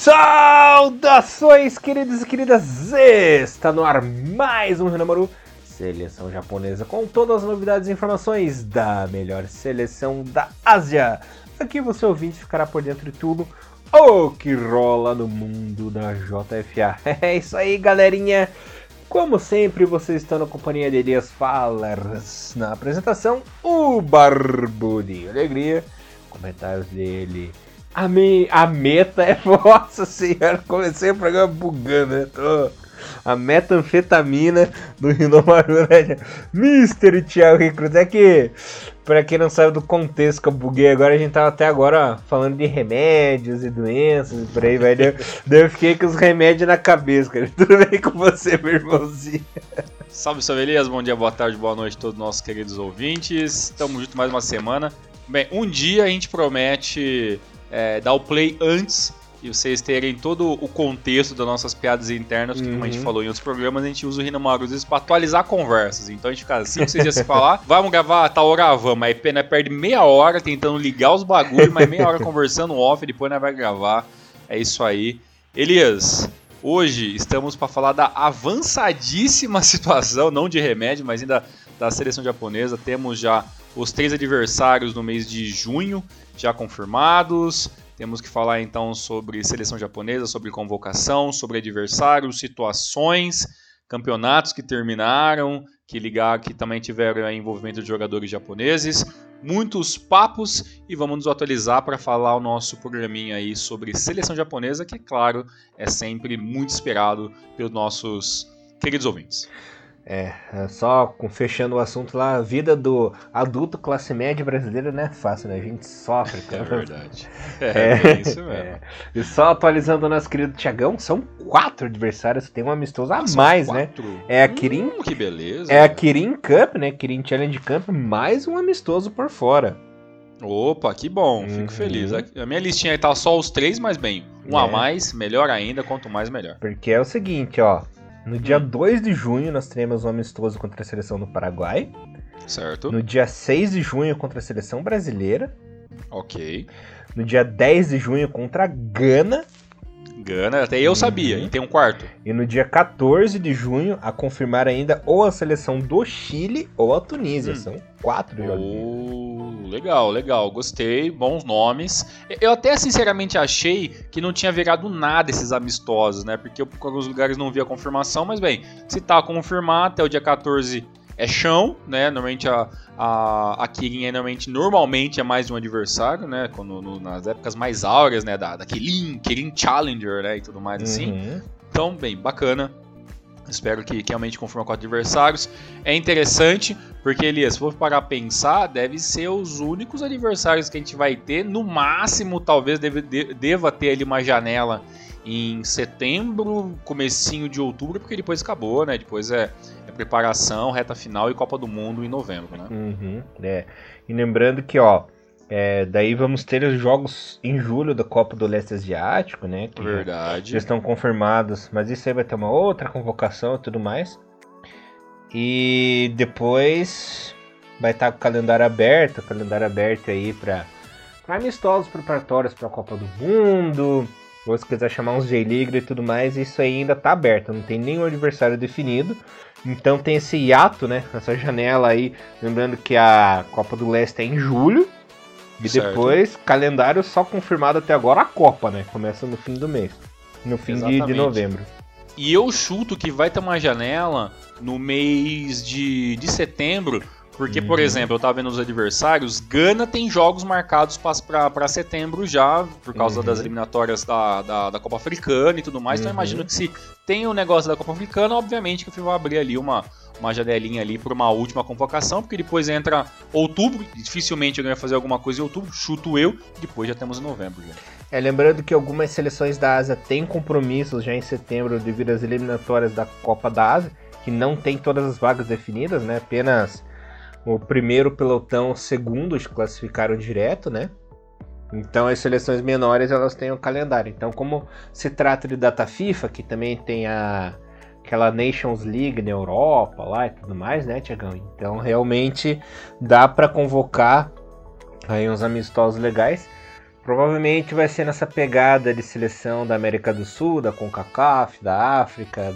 Saudações, queridos e queridas! Está no ar mais um Hinamaru Seleção Japonesa com todas as novidades e informações da melhor seleção da Ásia. Aqui você ouvinte ficará por dentro de tudo o que rola no mundo da JFA. É isso aí, galerinha! Como sempre, vocês estão na companhia de Elias Fallers. Na apresentação, o Barbudinho Alegria. Comentários dele. A meta é... Nossa senhora, comecei o programa bugando, né? A metanfetamina do Hinamaru, né? Mr. Thiago Recruta. É que, pra quem não sabe do contexto que eu buguei agora, a gente tava até agora falando de remédios e doenças e por aí, vai. Daí eu fiquei com os remédios na cabeça, cara. Tudo bem com você, meu irmãozinho? Salve, salve, Elias. Bom dia, boa tarde, boa noite a todos os nossos queridos ouvintes. Estamos juntos mais uma semana. Bem, um dia a gente promete... dar o play antes e vocês terem todo o contexto das nossas piadas internas, como a gente falou em outros programas, a gente usa o Hinamaru às vezes pra atualizar conversas. Então a gente fica 5, 6 dias sem falar, vamos gravar, tal hora vamos, aí perde meia hora tentando ligar os bagulhos, mas meia hora conversando off, depois nós vai gravar. É isso aí. Elias, hoje estamos para falar da avançadíssima situação, não de remédio, mas ainda da seleção japonesa. Temos já os 3 adversários no mês de junho já confirmados. Temos que falar então sobre seleção japonesa, sobre convocação, sobre adversários, situações, campeonatos que terminaram, que também tiveram envolvimento de jogadores japoneses. Muitos papos e vamos nos atualizar para falar o nosso programinha aí sobre seleção japonesa, que, claro, é sempre muito esperado pelos nossos queridos ouvintes. Só fechando o assunto lá, a vida do adulto classe média brasileira não é fácil, né? A gente sofre. É verdade. É isso mesmo. E só atualizando o nosso querido Thiagão, são 4 adversários, tem um amistoso a mais, 4? Né? É a Kirin. Que beleza. É a Kirin Cup, né? Kirin Challenge Cup, mais um amistoso por fora. Opa, que bom, fico feliz. A minha listinha aí tá só os 3, mas bem, a mais, melhor ainda, quanto mais melhor. Porque é o seguinte, ó. No dia 2 de junho nós teremos um amistoso contra a seleção do Paraguai. Certo. No dia 6 de junho contra a seleção brasileira. Ok. No dia 10 de junho contra a Gana. Gana, até eu sabia, e tem um quarto. E no dia 14 de junho a confirmar ainda ou a seleção do Chile ou a Tunísia. São 4 jogos. Legal, gostei, bons nomes. Eu até sinceramente achei que não tinha virado nada esses amistosos, né? Porque eu, em alguns lugares não vi a confirmação, mas bem, se tá confirmado até o dia 14 é chão, né? Normalmente a Kirin normalmente é mais de um adversário, né? Nas épocas mais áureas, né? Da Kirin Challenger, né? E tudo mais assim. Então, bem, bacana. Espero que realmente confirme com adversários. É interessante, porque, Elias, se for parar a pensar, deve ser os únicos adversários que a gente vai ter. No máximo, talvez deva ter ali uma janela em setembro, comecinho de outubro, porque depois acabou, né? Depois é preparação, reta final e Copa do Mundo em novembro, né? E lembrando que, daí vamos ter os jogos em julho da Copa do Leste Asiático, né? Que verdade. Já estão confirmados, mas isso aí vai ter uma outra convocação e tudo mais. E depois vai estar com o calendário aberto aí para amistosos preparatórios para a Copa do Mundo. Ou se quiser chamar uns J-League e tudo mais, isso aí ainda tá aberto, não tem nenhum adversário definido. Então tem esse hiato, né? Essa janela aí, lembrando que a Copa do Leste é em julho. E certo. Depois, calendário só confirmado até agora, a Copa, né? Começa no fim do mês. No fim de novembro. E eu chuto que vai ter uma janela no mês de setembro. Porque, por exemplo, eu tava vendo os adversários, Gana tem jogos marcados para setembro já, por causa das eliminatórias da Copa Africana e tudo mais. Então eu imagino que se tem o negócio da Copa Africana, obviamente que eu vou abrir ali uma janelinha ali para uma última convocação, porque depois entra outubro, dificilmente alguém vai fazer alguma coisa em outubro, chuto eu, e depois já temos em novembro. Já. Lembrando que algumas seleções da Ásia têm compromissos já em setembro devido às eliminatórias da Copa da Ásia, que não tem todas as vagas definidas, né? Apenas o primeiro pelotão, o segundo, os classificaram direto, né? Então as seleções menores elas têm o calendário. Então, como se trata de data FIFA, que também tem aquela Nations League na Europa lá e tudo mais, né, Thiagão? Então realmente dá para convocar aí uns amistosos legais. Provavelmente vai ser nessa pegada de seleção da América do Sul, da CONCACAF, da África,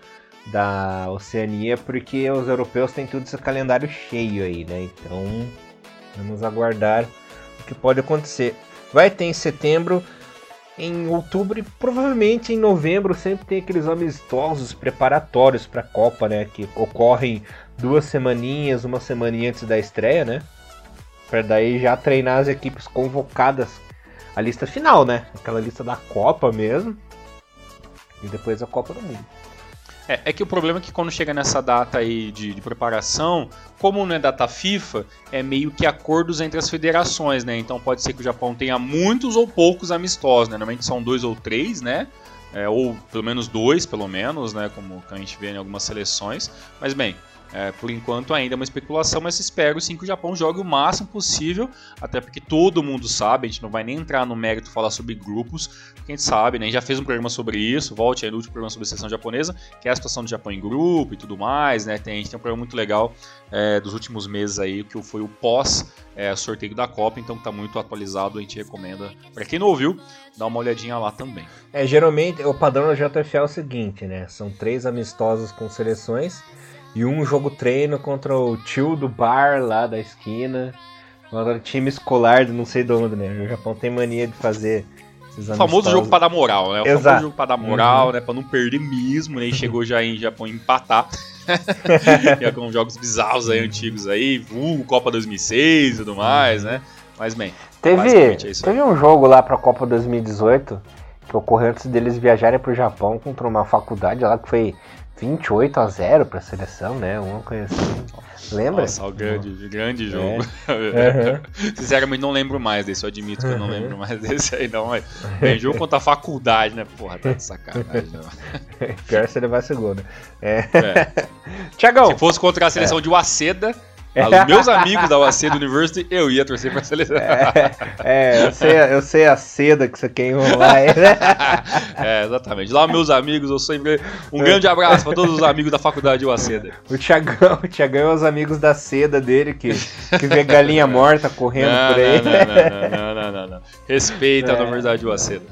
da Oceania, porque os europeus têm tudo esse calendário cheio aí, né? Então, vamos aguardar o que pode acontecer. Vai ter em setembro, em outubro e provavelmente em novembro sempre tem aqueles amistosos preparatórios para a Copa, né? Que ocorrem 2 semaninhas, uma semaninha antes da estreia, né? Para daí já treinar as equipes convocadas. A lista final, né? Aquela lista da Copa mesmo. E depois a Copa do Mundo. É que o problema é que quando chega nessa data aí de preparação, como não é data FIFA, é meio que acordos entre as federações, né? Então pode ser que o Japão tenha muitos ou poucos amistosos, né? Normalmente são 2 ou 3, né? Ou pelo menos 2, pelo menos, né? Como a gente vê em algumas seleções. Mas bem, por enquanto ainda é uma especulação, mas espero sim que o Japão jogue o máximo possível, até porque todo mundo sabe, a gente não vai nem entrar no mérito falar sobre grupos, porque a gente sabe, né? A gente já fez um programa sobre isso, volte aí no último programa sobre a seleção japonesa, que é a situação do Japão em grupo e tudo mais, né? A gente tem um programa muito legal dos últimos meses aí, que foi o pós sorteio da Copa, então que tá muito atualizado, a gente recomenda, para quem não ouviu, dá uma olhadinha lá também. Geralmente o padrão da JFL é o seguinte, né? São 3 amistosos com seleções e um jogo treino contra o tio do bar lá da esquina, contra o time escolar de não sei de onde, né? O Japão tem mania de fazer esses amistosos. O famoso jogo pra dar moral, né? Exato. Famoso jogo pra dar moral, né? Pra não perder mesmo, né? E chegou já em Japão empatar. E com jogos bizarros aí, antigos aí, vulgo Copa 2006 e tudo mais, né? Mas bem, basicamente é isso aí. Teve um jogo lá pra Copa 2018 que ocorreu antes deles viajarem pro Japão contra uma faculdade lá que foi 28-0 pra seleção, né? Uma coisa assim. Lembra? Nossa, o grande jogo. Uhum. Sinceramente não lembro mais desse, eu admito que eu não lembro mais desse aí não, mas bem, jogo contra a faculdade, né? Porra, tá de sacanagem, não. Pior se levar segundo. Tiagão! Se fosse contra a seleção de Waseda, os meus amigos da Waseda University, eu ia torcer pra seleção. Eu sei a seda que você quer enrolar aí, né? Exatamente. Lá, meus amigos, eu sempre. Um grande abraço pra todos os amigos da faculdade de Waseda. O Tiagão é os amigos da seda dele que vê galinha morta correndo por aí. Não. Respeita a verdade de Waseda.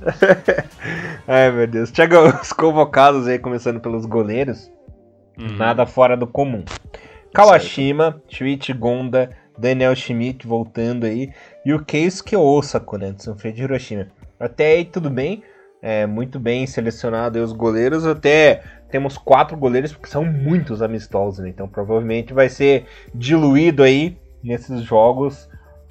Ai, meu Deus. Tiagão, os convocados aí, começando pelos goleiros, nada fora do comum. Kawashima, Shuichi Gonda, Daniel Schmidt voltando aí, e o Keisuke Osako, né, de Sanfrecce de Hiroshima. Até aí tudo bem, muito bem selecionado aí os goleiros, até temos 4 goleiros, porque são muitos amistosos, né, então provavelmente vai ser diluído aí nesses jogos,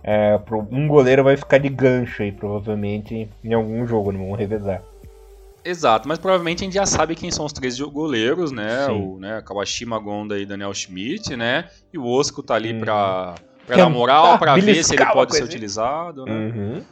um goleiro vai ficar de gancho aí, provavelmente em algum jogo, não vão revezar. Exato, mas provavelmente a gente já sabe quem são os 3 goleiros, né? Sim. O Kawashima, Gonda e Daniel Schmidt, né? E o Osako tá ali pra dar moral, pra ver se ele pode ser utilizado, né? Uhum.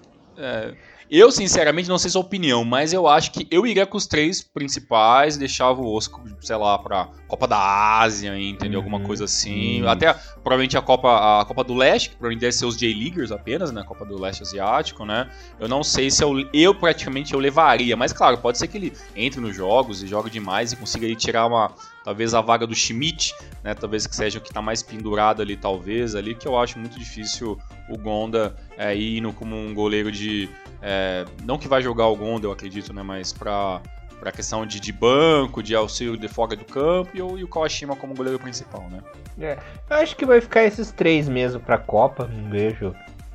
Eu, sinceramente, não sei sua opinião, mas eu acho que eu iria com os 3 principais e deixava o Osako, sei lá, pra Copa da Ásia, entendeu? Alguma coisa assim. Até, provavelmente, a Copa do Leste, que provavelmente deve ser os J-Leaguers apenas, né? Copa do Leste Asiático, né? Eu não sei se eu praticamente levaria, mas claro, pode ser que ele entre nos jogos e jogue demais e consiga aí tirar talvez a vaga do Schmidt, né? Talvez que seja o que tá mais pendurado ali, talvez, ali, que eu acho muito difícil o Gonda ir indo como um goleiro de... não que vai jogar o Gonda, eu acredito, né? Mas pra questão de banco, de auxílio de fora do campo e o Kawashima como goleiro principal, né? Eu acho que vai ficar esses 3 mesmo pra Copa, não vejo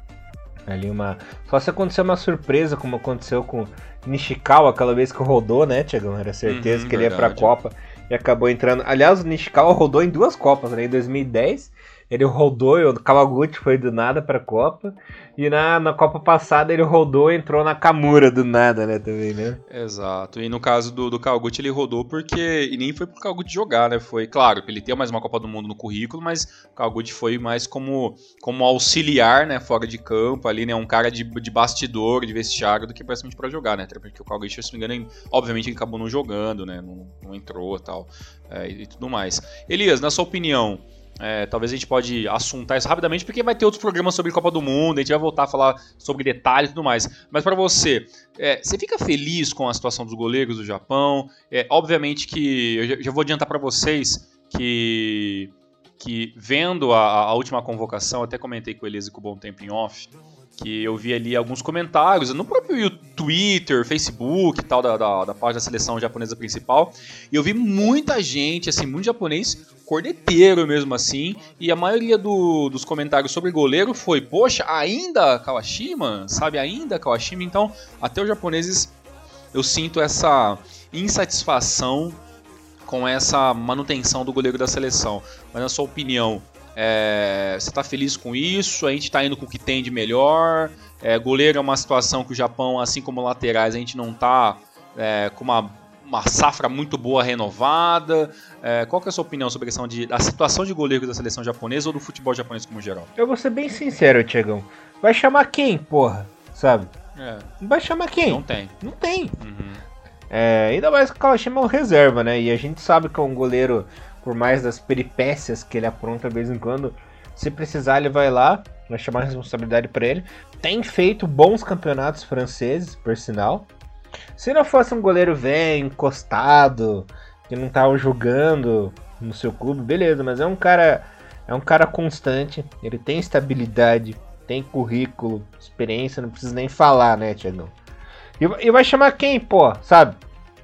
ali só se acontecer uma surpresa, como aconteceu com Nishikawa aquela vez que rodou, né, Tiagão? Era certeza que ele ia pra Copa e acabou entrando. Aliás, o Nishikawa rodou em 2 Copas, né? Em 2010 ele rodou e o Kawaguchi foi do nada pra Copa. E na Copa passada ele rodou e entrou na Kamura do nada, né, também, né? Exato. E no caso do Kawaguchi ele rodou porque... E nem foi pro Kawaguchi jogar, né? Foi, claro, ele tem mais uma Copa do Mundo no currículo, mas o Kawaguchi foi mais como auxiliar, né, fora de campo ali, né? Um cara de bastidor, de vestiário, do que praticamente pra jogar, né? Até porque o Kawaguchi, se não me engano, obviamente ele acabou não jogando, né? Não entrou e tal, e tudo mais. Elias, na sua opinião... talvez a gente pode assuntar isso rapidamente, porque vai ter outros programas sobre Copa do Mundo, a gente vai voltar a falar sobre detalhes e tudo mais. Mas pra você, você fica feliz com a situação dos goleiros do Japão? Obviamente que, eu já vou adiantar pra vocês que vendo a última convocação, até comentei com o Elias e com o Bom Tempo em off, que eu vi ali alguns comentários no próprio Twitter, Facebook e tal, da página da seleção japonesa principal, e eu vi muita gente, assim, muito japonês, corneteiro mesmo assim, e a maioria dos comentários sobre goleiro foi, poxa, ainda Kawashima? Sabe, ainda Kawashima? Então, até os japoneses, eu sinto essa insatisfação com essa manutenção do goleiro da seleção. Mas na sua opinião, você está feliz com isso? A gente está indo com o que tem de melhor? Goleiro é uma situação que o Japão, assim como laterais, a gente não está com uma safra muito boa renovada. Qual que é a sua opinião sobre a situação de goleiro da seleção japonesa ou do futebol japonês como geral? Eu vou ser bem sincero, Thiagão. Vai chamar quem, porra? Sabe? Vai chamar quem? Não tem. Não tem. Ainda mais que o Kawashima é um reserva, né? E a gente sabe que é um goleiro, por mais das peripécias que ele apronta de vez em quando, se precisar ele vai lá, vai chamar a responsabilidade pra ele. Tem feito bons campeonatos franceses, por sinal. Se não fosse um goleiro velho, encostado, que não tava jogando no seu clube, beleza, mas é um cara constante, ele tem estabilidade, tem currículo, experiência, não precisa nem falar, né, Thiagão? E vai chamar quem, pô, sabe?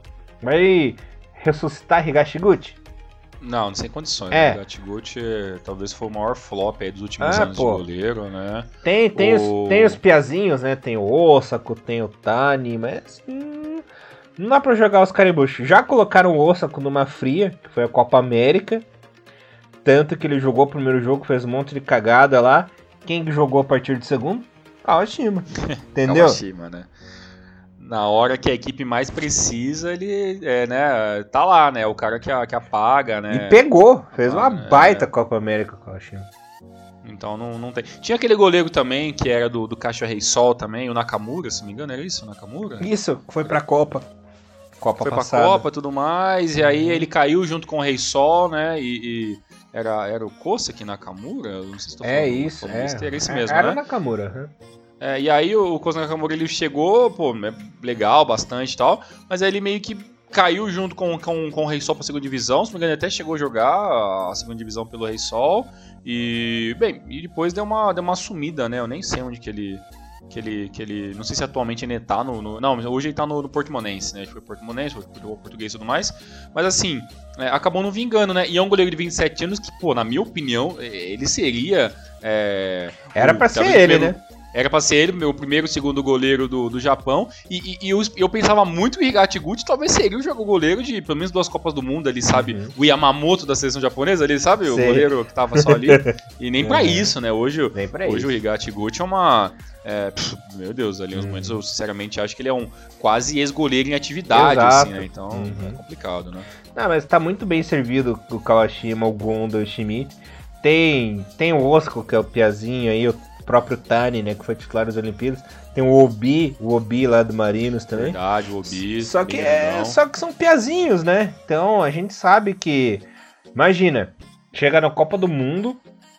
Vai ressuscitar Higashiguchi? Não sem condições. O Higashiguchi talvez foi o maior flop aí dos últimos anos de goleiro, né? Tem os piazinhos, né? Tem o Osako, tem o Tani, mas não dá pra jogar os caribuchos. Já colocaram o Osako numa fria, que foi a Copa América. Tanto que ele jogou o primeiro jogo, fez um monte de cagada lá. Quem jogou a partir do segundo? Kawashima. Entendeu? Kawashima, né? Na hora que a equipe mais precisa, ele tá lá, né? O cara que apaga, né? E pegou, fez uma baita Copa América com o Kawashima. Então não tem. Tinha aquele goleiro também, que era do Caixa Rei Sol também, o Nakamura, se não me engano, era isso? O Nakamura? Isso, foi pra Copa. Foi passada. Pra Copa e tudo mais, e aí ele caiu junto com o Rei Sol, né? Era o Koseki Nakamura? Não sei se estou falando. Isso, era isso mesmo, era né? Nakamura, e aí o Koseki Nakamura ele chegou, pô, legal, bastante e tal, mas aí ele meio que caiu junto com o Rei Sol pra segunda divisão, se não me engano ele até chegou a jogar a segunda divisão pelo Rei Sol, e depois deu uma sumida, né, eu nem sei onde que ele não sei se atualmente ele tá não, hoje ele tá no Portimonense, né, foi Portimonense, foi português e tudo mais, mas assim, acabou não vingando, né, e é um goleiro de 27 anos que, pô, na minha opinião, ele seria... Era pra ser ele, né? Era pra ser ele, meu primeiro, segundo goleiro do Japão. E eu pensava muito que o Higashiguchi talvez seria o goleiro de pelo menos 2 Copas do Mundo ali, sabe? O Yamamoto da seleção japonesa ali, sabe? O goleiro que tava só ali. E nem pra isso, né? Hoje o Higashiguchi é uma... meu Deus, ali uns momentos eu sinceramente acho que ele é um quase ex-goleiro em atividade, assim, né? Então é complicado, né? Não, mas tá muito bem servido o Kawashima, o Gonda, o Shimi. Tem o Osako, que é o piazinho aí, o próprio Tani, né, que foi titular das Olimpíadas. Tem o Obi lá do Marinos também. Verdade, o Obi. Só que são piazinhos, né? Então a gente sabe que... Imagina, chega na Copa do Mundo,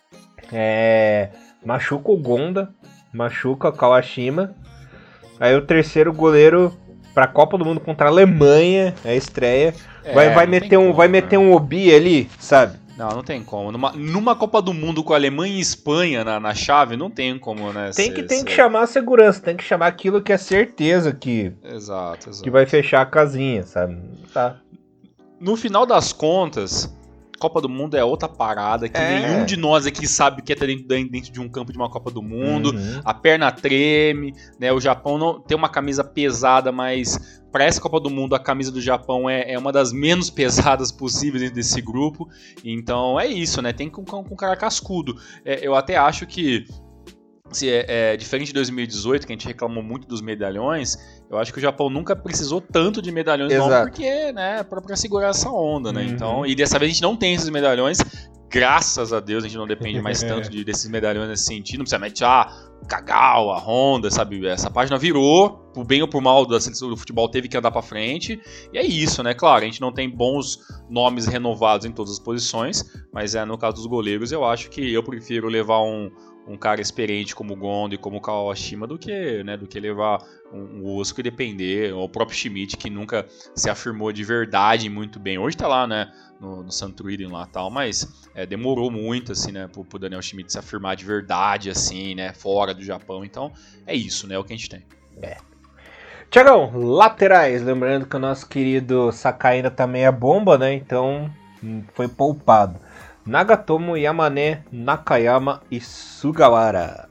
machuca o Gonda, machuca o Kawashima, aí o terceiro goleiro pra Copa do Mundo contra a Alemanha, a estreia, vai meter um Obi ali, sabe? Não tem como. Numa Copa do Mundo com a Alemanha e Espanha na chave, não tem como, né? Tem que chamar a segurança, tem que chamar aquilo que é certeza que... Exato. Que vai fechar a casinha, sabe? Tá. No final das contas, Copa do Mundo é outra parada que nenhum de nós aqui sabe que é dentro de um campo de uma Copa do Mundo. A perna treme, né? O Japão não tem uma camisa pesada, mas para essa Copa do Mundo a camisa do Japão é uma das menos pesadas possíveis dentro desse grupo. Então é isso, né? Tem com cara cascudo. Eu até acho que diferente de 2018, que a gente reclamou muito dos medalhões, eu acho que o Japão nunca precisou tanto de medalhões, não, porque, né, pra segurar essa onda, né? Então, e dessa vez a gente não tem esses medalhões, graças a Deus a gente não depende mais tanto desses medalhões nesse sentido, não precisa meter Kagawa, Honda, sabe? Essa página virou, por bem ou por mal, do futebol teve que andar pra frente, e é isso, né? Claro, a gente não tem bons nomes renovados em todas as posições, Mas no caso dos goleiros, eu acho que eu prefiro levar um cara experiente como o Gondo e como o Kawashima do que levar um Oscar e depender, ou o próprio Schmidt, que nunca se afirmou de verdade muito bem. Hoje tá lá, né, no Santuíri lá e tal, mas demorou muito, assim, né, pro Daniel Schmidt se afirmar de verdade, assim, né, fora do Japão. Então, é isso, né, o que a gente tem. Tiagão, laterais, lembrando que o nosso querido Sakai ainda tá meia bomba, né, então foi poupado. Nagatomo, Yamane, Nakayama e Sugawara.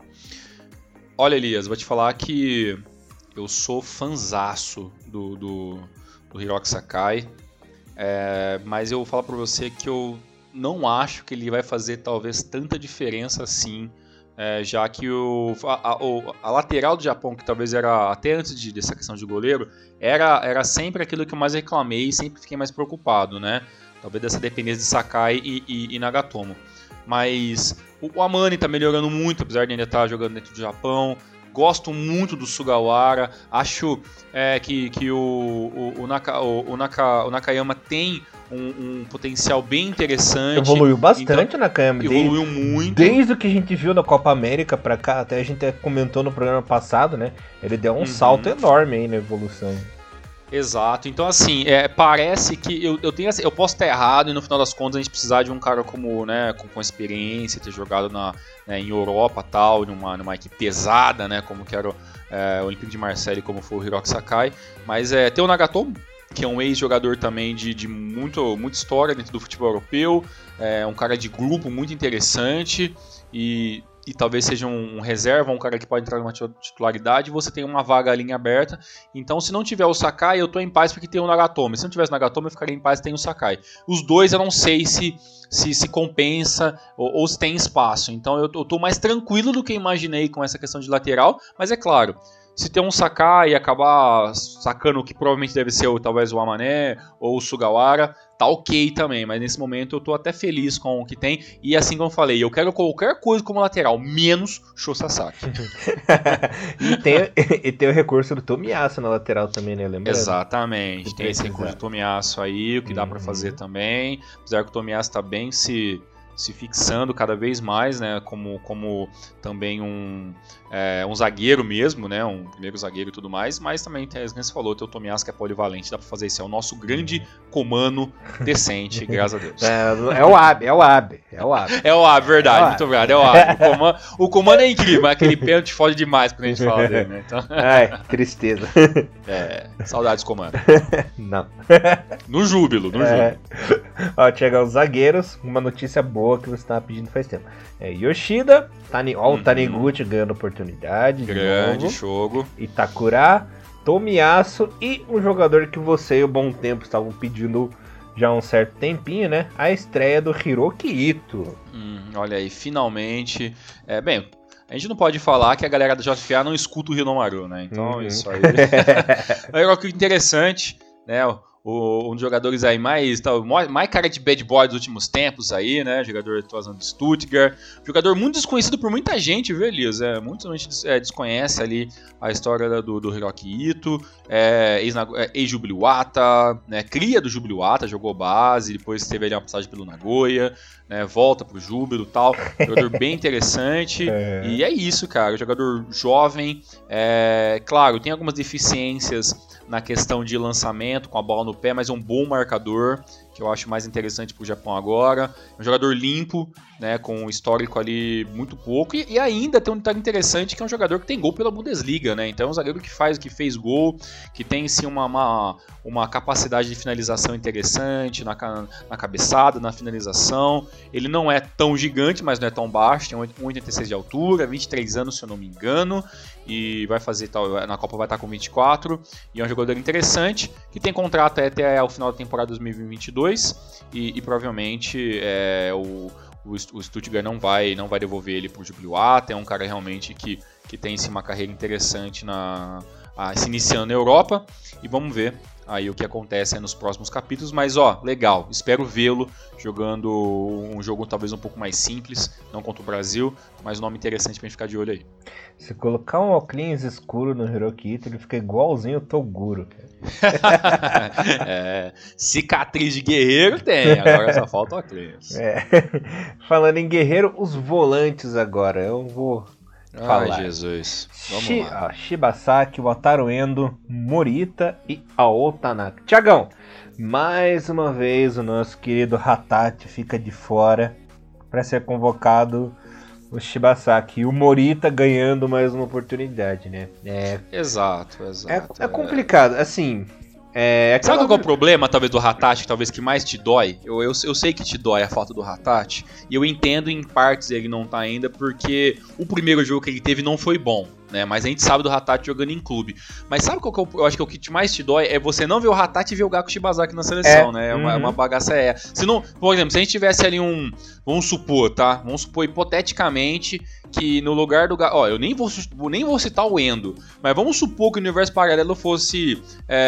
Olha, Elias, vou te falar que eu sou fanzaço do Hiroki Sakai, mas eu vou falar pra você que eu não acho que ele vai fazer talvez tanta diferença assim, já que a lateral do Japão, que talvez era até antes dessa questão de goleiro, era sempre aquilo que eu mais reclamei e sempre fiquei mais preocupado, né? Talvez dessa dependência de Sakai e Nagatomo. Mas o Amane tá melhorando muito, apesar de ainda estar jogando dentro do Japão. Gosto muito do Sugawara. Acho que o Nakayama tem um potencial bem interessante. Evoluiu bastante então, o Nakayama. Evoluiu muito. Desde o que a gente viu na Copa América pra cá, até a gente comentou no programa passado, né? Ele deu um salto enorme aí na evolução. Exato, então assim, parece que eu posso estar errado e no final das contas a gente precisar de um cara como, né, com experiência, ter jogado em Europa tal, numa equipe pesada, né, como que era o Olympique de Marseille, como foi o Hiroki Sakai, mas tem o Nagatomo, que é um ex-jogador também de muita história dentro do futebol europeu, um cara de grupo muito interessante e talvez seja um reserva, um cara que pode entrar numa titularidade, você tem uma vaga ali em aberta. Então, se não tiver o Sakai, eu tô em paz porque tem o Nagatomo. Se não tivesse o Nagatomo, eu ficaria em paz e tem o Sakai. Os dois eu não sei se compensa ou se tem espaço. Então, eu tô mais tranquilo do que imaginei com essa questão de lateral, mas é claro, se tem um Sakai e acabar sacando o que provavelmente deve ser talvez o Amane ou o Sugawara, tá ok também, mas nesse momento eu tô até feliz com o que tem, e assim como eu falei, eu quero qualquer coisa como lateral, menos Sho Sasaki. e tem o recurso do Tomiyasu na lateral também, né? Lembra? Exatamente, tem esse recurso do Tomiyasu aí, o que dá pra fazer também, apesar que o Tomiyasu tá bem se fixando cada vez mais, né, como também um zagueiro mesmo, né, um primeiro zagueiro e tudo mais, mas também, como você falou, tem o Tomiyasu que é polivalente, dá pra fazer isso, é o nosso grande comando decente, graças a Deus. É o Abe, verdade, muito obrigado, é o Abe. O comando é incrível, mas aquele pênalti fode demais quando a gente fala dele, né, então... Ai, tristeza. Saudades comando. Não. No júbilo. Ó, chega os zagueiros, uma notícia boa que você estava pedindo faz tempo. Yoshida, o Taniguchi ganhando oportunidade. Grande jogo. Itakura, Tomiyasu e um jogador que você e o Bom Tempo estavam pedindo já há um certo tempinho, né? A estreia do Hiroki Ito. Olha aí, finalmente. Bem, a gente não pode falar que a galera da JFA não escuta o Hinomaru, né? Então, isso aí. É algo interessante, né? Um dos jogadores aí mais cara de bad boy dos últimos tempos aí, né? Jogador atuação de Stuttgart. Jogador muito desconhecido por muita gente, viu, Elias? Muita gente desconhece ali a história do Hiroki Ito. Ex-Jubiluata, né? Cria do Jubiluata, jogou base, depois teve ali uma passagem pelo Nagoya, né? Volta pro Júbilo e tal. Jogador bem interessante. E é isso, cara. Jogador jovem. Claro, tem algumas deficiências na questão de lançamento com a bola no pé, mas é um bom marcador, que eu acho mais interessante para o Japão agora. É um jogador limpo, né, com um histórico ali muito pouco, e ainda tem um detalhe interessante, que é um jogador que tem gol pela Bundesliga, né? Então é um zagueiro que fez gol, que tem sim uma capacidade de finalização interessante na cabeçada, na finalização. Ele não é tão gigante, mas não é tão baixo, tem 1,86 de altura, 23 anos se eu não me engano, e vai fazer na Copa vai estar com 24, e é um jogador interessante, que tem contrato até o final da temporada 2022, e provavelmente o Stuttgart não vai devolver ele para o Jubiluata. É um cara realmente que tem sim, uma carreira interessante se iniciando na Europa, e vamos ver aí o que acontece nos próximos capítulos, mas legal, espero vê-lo jogando um jogo talvez um pouco mais simples, não contra o Brasil, mas um nome interessante pra gente ficar de olho aí. Se colocar um óculos escuro no Hiroki Ito, ele fica igualzinho o Toguro. Cicatriz de guerreiro tem, agora só falta o óculos. Falando em guerreiro, os volantes agora, eu vou falar. Ai, Jesus. Vamos lá. Shibasaki, Wataru Endo, Morita e Ao Tanaka. Tiagão, mais uma vez o nosso querido Hatate fica de fora para ser convocado o Shibasaki. E o Morita ganhando mais uma oportunidade, né? Exato. É complicado, assim... Sabe qual é o problema, talvez, do Hatate, talvez que mais te dói? Eu sei que te dói a falta do Hatate, e eu entendo em partes ele não tá ainda, porque o primeiro jogo que ele teve não foi bom, né? Mas a gente sabe do Hatate jogando em clube. Mas sabe qual que eu acho que é o que mais te dói? É você não ver o Hatate e ver o Gaku Shibazaki na seleção, né? É uma bagaça Se não, por exemplo, se a gente tivesse ali vamos supor, tá? Vamos supor hipoteticamente que no lugar do Gaku... eu nem vou citar o Endo, mas vamos supor que o universo paralelo fosse...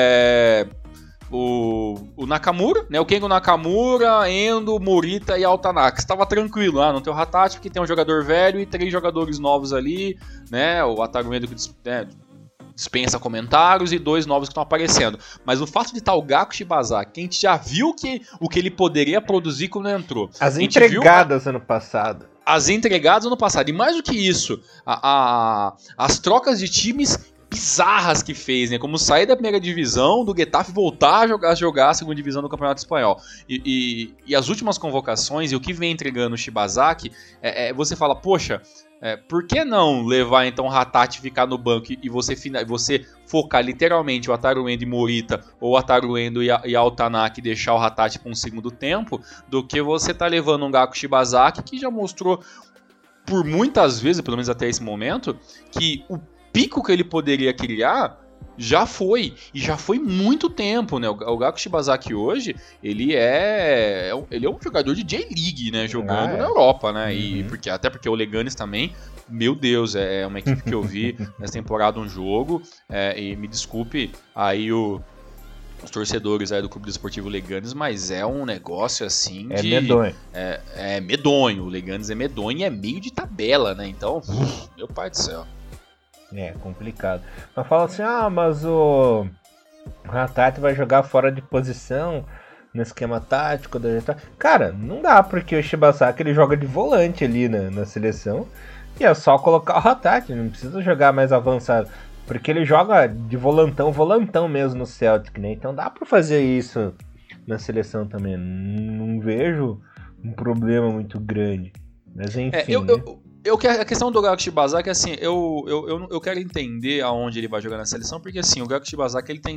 O Nakamura, né? O Kengo Nakamura, Endo, Morita e Altanaka. Estava tranquilo, não tem o Hatate porque tem um jogador velho e 3 jogadores novos ali, né? O Wataru Endo que dispensa comentários e 2 novos que estão aparecendo. Mas o fato de estar o Gaku Shibazaki, que a gente já viu o que ele poderia produzir quando entrou. As entregadas ano passado. As entregadas ano passado. E mais do que isso, as trocas de times bizarras que fez, né? Como sair da primeira divisão, do Getafe voltar a jogar a segunda divisão do Campeonato Espanhol. E as últimas convocações e o que vem entregando o Shibazaki, você fala, poxa, por que não levar então o Hatate ficar no banco e você focar literalmente o Wataru Endo e Morita, ou o Wataru Endo e Altanaka e deixar o Hatate para um segundo tempo, do que você tá levando um Gaku Shibazaki que já mostrou por muitas vezes, pelo menos até esse momento, que o pico que ele poderia criar já foi, e já foi muito tempo, né? O Gaku Shibazaki hoje, ele é um jogador de J-League, né? Jogando na Europa, né? E até porque o Leganes também, meu Deus, é uma equipe que eu vi nessa temporada um jogo, e me desculpe aí os torcedores aí do Clube Desportivo Leganes, mas é um negócio assim medonho. É medonho, o Leganes é medonho e é meio de tabela, né? Então, meu pai do céu. É complicado. Mas fala assim, mas o Hatate vai jogar fora de posição no esquema tático da... Cara, não dá, porque o Shibasaki ele joga de volante ali na seleção e é só colocar o Hatate, não precisa jogar mais avançado, porque ele joga de volantão mesmo no Celtic, né? Então dá pra fazer isso na seleção também. Não vejo um problema muito grande. Mas enfim, a questão do Gaku Shibazaki é assim, eu quero entender aonde ele vai jogar na seleção, porque assim, o Gaku Shibazaki ele tem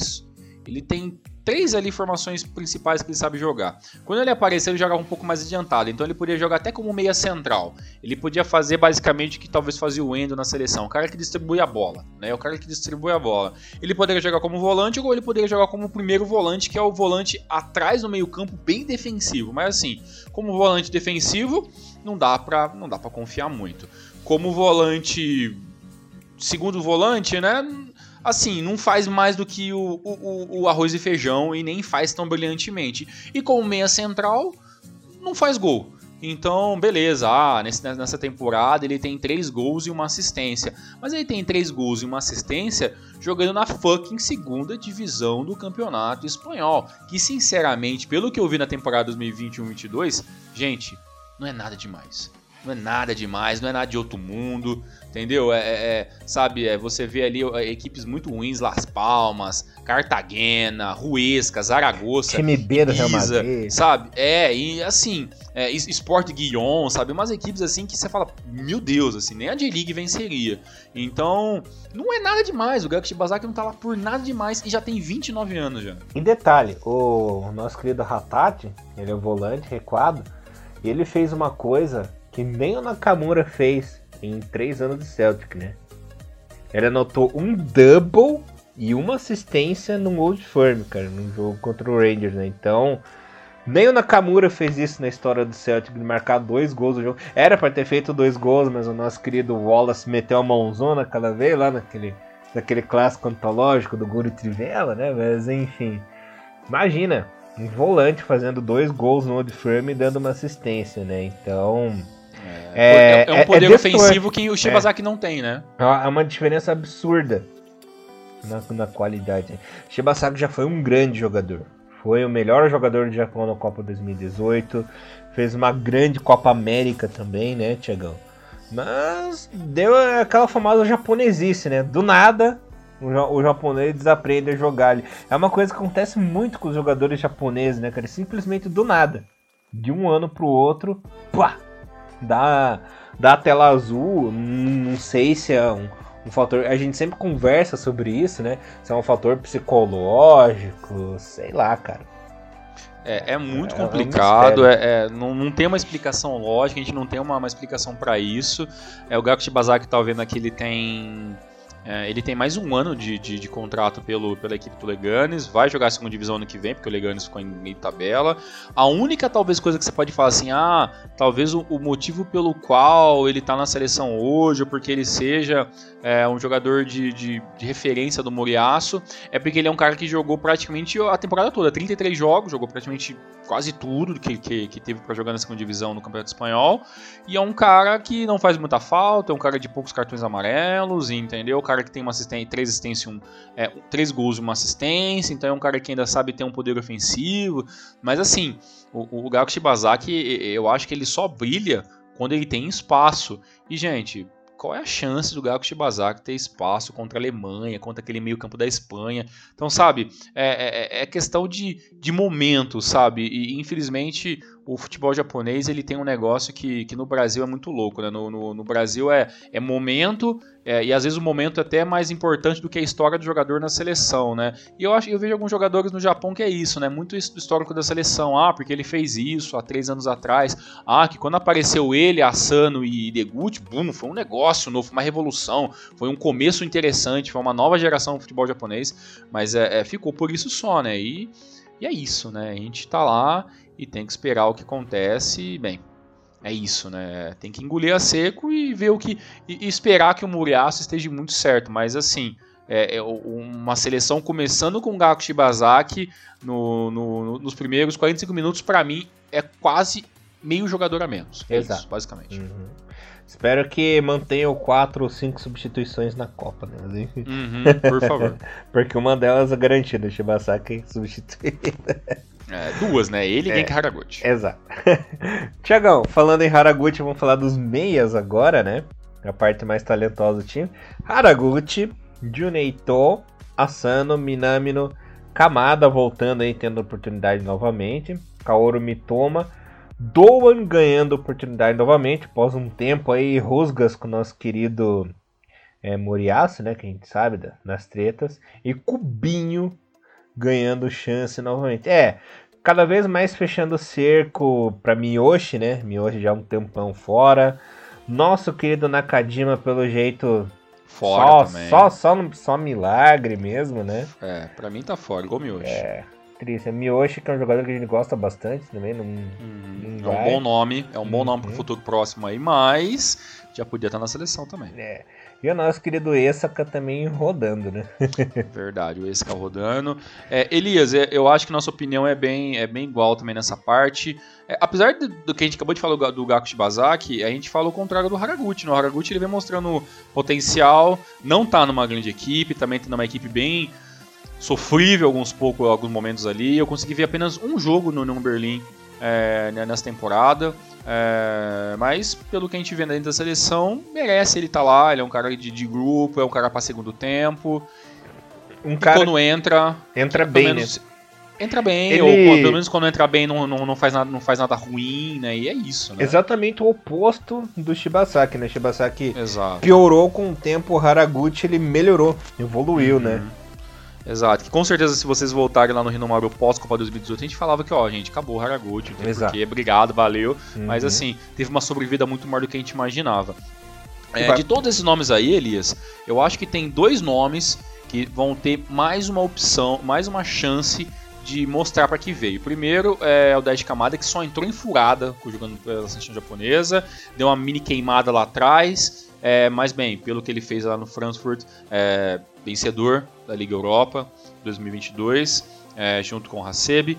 três ali formações principais que ele sabe jogar. Quando ele apareceu, ele jogava um pouco mais adiantado, então ele podia jogar até como meia central. Ele podia fazer basicamente o que talvez fazia o Endo na seleção, o cara que distribui a bola, né? O cara que distribui a bola. Ele poderia jogar como volante ou ele poderia jogar como primeiro volante, que é o volante atrás no meio-campo, bem defensivo. Mas assim, como volante defensivo, não dá pra confiar muito. Como volante, segundo volante, né? Assim, não faz mais do que o arroz e feijão e nem faz tão brilhantemente. E como meia central, não faz gol. Então, beleza, nessa temporada ele tem 3 gols e uma assistência. Mas ele tem 3 gols e uma assistência jogando na fucking segunda divisão do Campeonato Espanhol. Que, sinceramente, pelo que eu vi na temporada 2021-22, gente, não é nada demais. Não é nada demais, não é nada de outro mundo, entendeu? Sabe, você vê ali equipes muito ruins, Las Palmas, Cartagena, Huesca, Zaragoza, time B do Real Ibiza, Madrid, sabe? E assim, Sport Guion, sabe? Umas equipes assim que você fala, meu Deus, assim, nem a J-League venceria. Então, não é nada demais, o Gaku Shibazaki não tá lá por nada demais e já tem 29 anos já. E detalhe, o nosso querido Hatate, ele é volante, recuado, e ele fez uma coisa que nem o Nakamura fez em 3 anos de Celtic, né? Ele anotou um double e uma assistência no Old Firm, cara, num jogo contra o Rangers, né? Então, nem o Nakamura fez isso na história do Celtic, de marcar 2 gols no jogo. Era pra ter feito 2 gols, mas o nosso querido Wallace meteu a mãozona aquela vez lá naquele daquele clássico antológico do Guri Trivela, né? Mas enfim, imagina, um volante fazendo 2 gols no Old Firm e dando uma assistência, né? Então... É um poder ofensivo que o Shibazaki não tem, né? É uma diferença absurda na qualidade. Shibazaki já foi um grande jogador. Foi o melhor jogador do Japão na Copa 2018. Fez uma grande Copa América também, né, Thiagão? Mas deu aquela famosa japonesice, né? Do nada, o japonês desaprende a jogar. É uma coisa que acontece muito com os jogadores japoneses, né, cara? Simplesmente do nada. De um ano pro outro, pá! Dá a tela azul. Não sei se é um fator... A gente sempre conversa sobre isso, né? Se é um fator psicológico, sei lá, cara. É muito complicado, não tem uma explicação lógica, a gente não tem uma explicação para isso. O Gaku Shibazaki tá vendo aqui, ele tem mais um ano de contrato pela equipe do Leganes, vai jogar a segunda divisão ano que vem, porque o Leganes ficou em meio tabela. A única talvez coisa que você pode falar assim, talvez o motivo pelo qual ele tá na seleção hoje, ou porque ele seja um jogador de referência do Moriaço, é porque ele é um cara que jogou praticamente a temporada toda, 33 jogos, jogou praticamente quase tudo que teve para jogar na segunda divisão no Campeonato Espanhol, e é um cara que não faz muita falta, é um cara de poucos cartões amarelos, entendeu? O cara que tem 3 assistências, 3 gols e uma assistência, então é um cara que ainda sabe ter um poder ofensivo, mas assim, o Gaku Shibazaki, eu acho que ele só brilha quando ele tem espaço, e gente... Qual é a chance do Gaku Shibazaki ter espaço contra a Alemanha, contra aquele meio campo da Espanha? Então, sabe, é questão de momento, sabe? E, infelizmente, o futebol japonês ele tem um negócio que no Brasil é muito louco, né? No Brasil é momento, e às vezes o momento é até mais importante do que a história do jogador na seleção, né? E eu vejo alguns jogadores no Japão que é isso, né? Muito isso do histórico da seleção. Porque ele fez isso há 3 anos atrás. Que quando apareceu ele, Asano e Deguchi, foi um negócio novo, foi uma revolução, foi um começo interessante, foi uma nova geração do futebol japonês, mas ficou por isso só, né? E é isso, né? A gente tá lá e tem que esperar o que acontece, bem, é isso, né? Tem que engolir a seco e ver e esperar que o Moriaço esteja muito certo, mas assim, uma seleção começando com o Gaku Shibazaki nos primeiros 45 minutos, pra mim, é quase meio jogador a menos. Exato. Isso, basicamente. Uhum. Espero que mantenham 4 ou 5 substituições na Copa, né? Por favor. Porque uma delas é garantida, o Shibazaki substituída. 2, né? Ele e Genki Haraguchi. Exato. Tiagão, falando em Haraguchi, vamos falar dos meias agora, né? A parte mais talentosa do time. Haraguchi, Juneito, Asano, Minamino, Kamada voltando aí, tendo oportunidade novamente. Kaoru Mitoma. Doan ganhando oportunidade novamente, após um tempo aí, rusgas com o nosso querido Moriaço, né? Que a gente sabe das tretas. E Cubinho ganhando chance novamente. Cada vez mais fechando o cerco para Miyoshi, né? Miyoshi já há um tempão fora. Nosso querido Nakajima, pelo jeito, fora também. Só milagre mesmo, né? Pra mim tá fora, igual Miyoshi. Triste. Miyoshi, que é um jogador que a gente gosta bastante também. Não é um bom nome, pro futuro próximo aí, mas já podia estar na seleção também. E o nosso querido Esaka também rodando, né? Verdade, o Esaka rodando. Elias, eu acho que nossa opinião é bem igual também nessa parte. Apesar do que a gente acabou de falar do Gaku Shibazaki, a gente fala o contrário do Haraguchi. No Haraguchi ele vem mostrando potencial, não tá numa grande equipe, também tá numa equipe bem sofrível alguns momentos ali. Eu consegui ver apenas um jogo no Union Berlin nessa temporada. Mas pelo que a gente vê dentro da seleção, merece ele estar lá. Ele é um cara de grupo, é um cara para segundo tempo. Quando entra bem, né? Entra bem, ou pelo menos quando entra bem não faz nada ruim, né? E é isso, né? Exatamente o oposto do Shibazaki, né? Shibazaki Exato. Piorou com o tempo, o Haraguchi ele melhorou, evoluiu, né? Exato, que com certeza se vocês voltarem lá no Rinomaru pós-Copa 2018, a gente falava que, gente, acabou o Haraguchi, porque obrigado, valeu, mas assim, teve uma sobrevida muito maior do que a gente imaginava. De todos esses nomes aí, Elias, eu acho que tem 2 nomes que vão ter mais uma opção, mais uma chance de mostrar para que veio. Primeiro é o Daichi Kamada, que só entrou em furada jogando pela seleção japonesa, deu uma mini queimada lá atrás, mas bem, pelo que ele fez lá no Frankfurt, vencedor da Liga Europa 2022, junto com o Hasebe,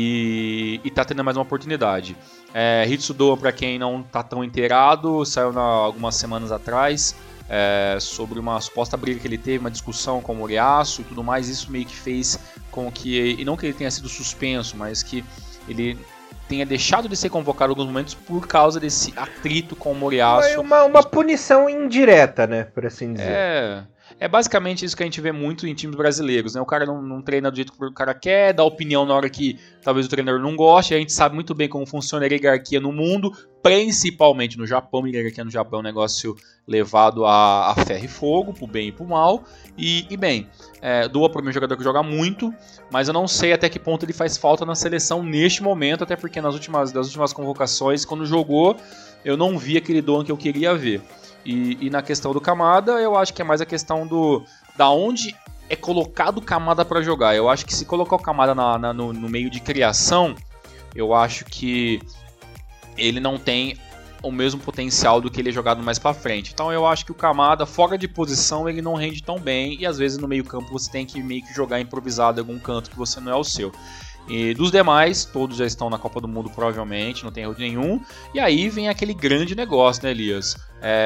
e está tendo mais uma oportunidade. Hitsudoa, para quem não está tão inteirado, saiu algumas semanas atrás sobre uma suposta briga que ele teve, uma discussão com o Moriyasu e tudo mais. Isso meio que fez com que, e não que ele tenha sido suspenso, mas que ele tenha deixado de ser convocado em alguns momentos por causa desse atrito com o Moriyasu. Foi uma punição indireta, né, por assim dizer. É basicamente isso que a gente vê muito em times brasileiros, né? O cara não treina do jeito que o cara quer, dá opinião na hora que talvez o treinador não goste. A gente sabe muito bem como funciona a hierarquia no mundo, principalmente no Japão. A hierarquia no Japão é um negócio levado a ferro e fogo, pro bem e pro mal. E bem, Doa para mim um jogador que joga muito, mas eu não sei até que ponto ele faz falta na seleção neste momento, até porque das últimas convocações, quando jogou, eu não vi aquele Doa que eu queria ver. E na questão do Kamada, eu acho que é mais a questão da onde é colocado o Kamada para jogar. Eu acho que se colocar o Kamada no meio de criação, eu acho que ele não tem o mesmo potencial do que ele é jogado mais para frente. Então eu acho que o Kamada, fora de posição, ele não rende tão bem, e às vezes no meio campo você tem que meio que jogar improvisado em algum canto que você não é o seu. E dos demais, todos já estão na Copa do Mundo provavelmente, não tem erro nenhum. E aí vem aquele grande negócio, né, Elias?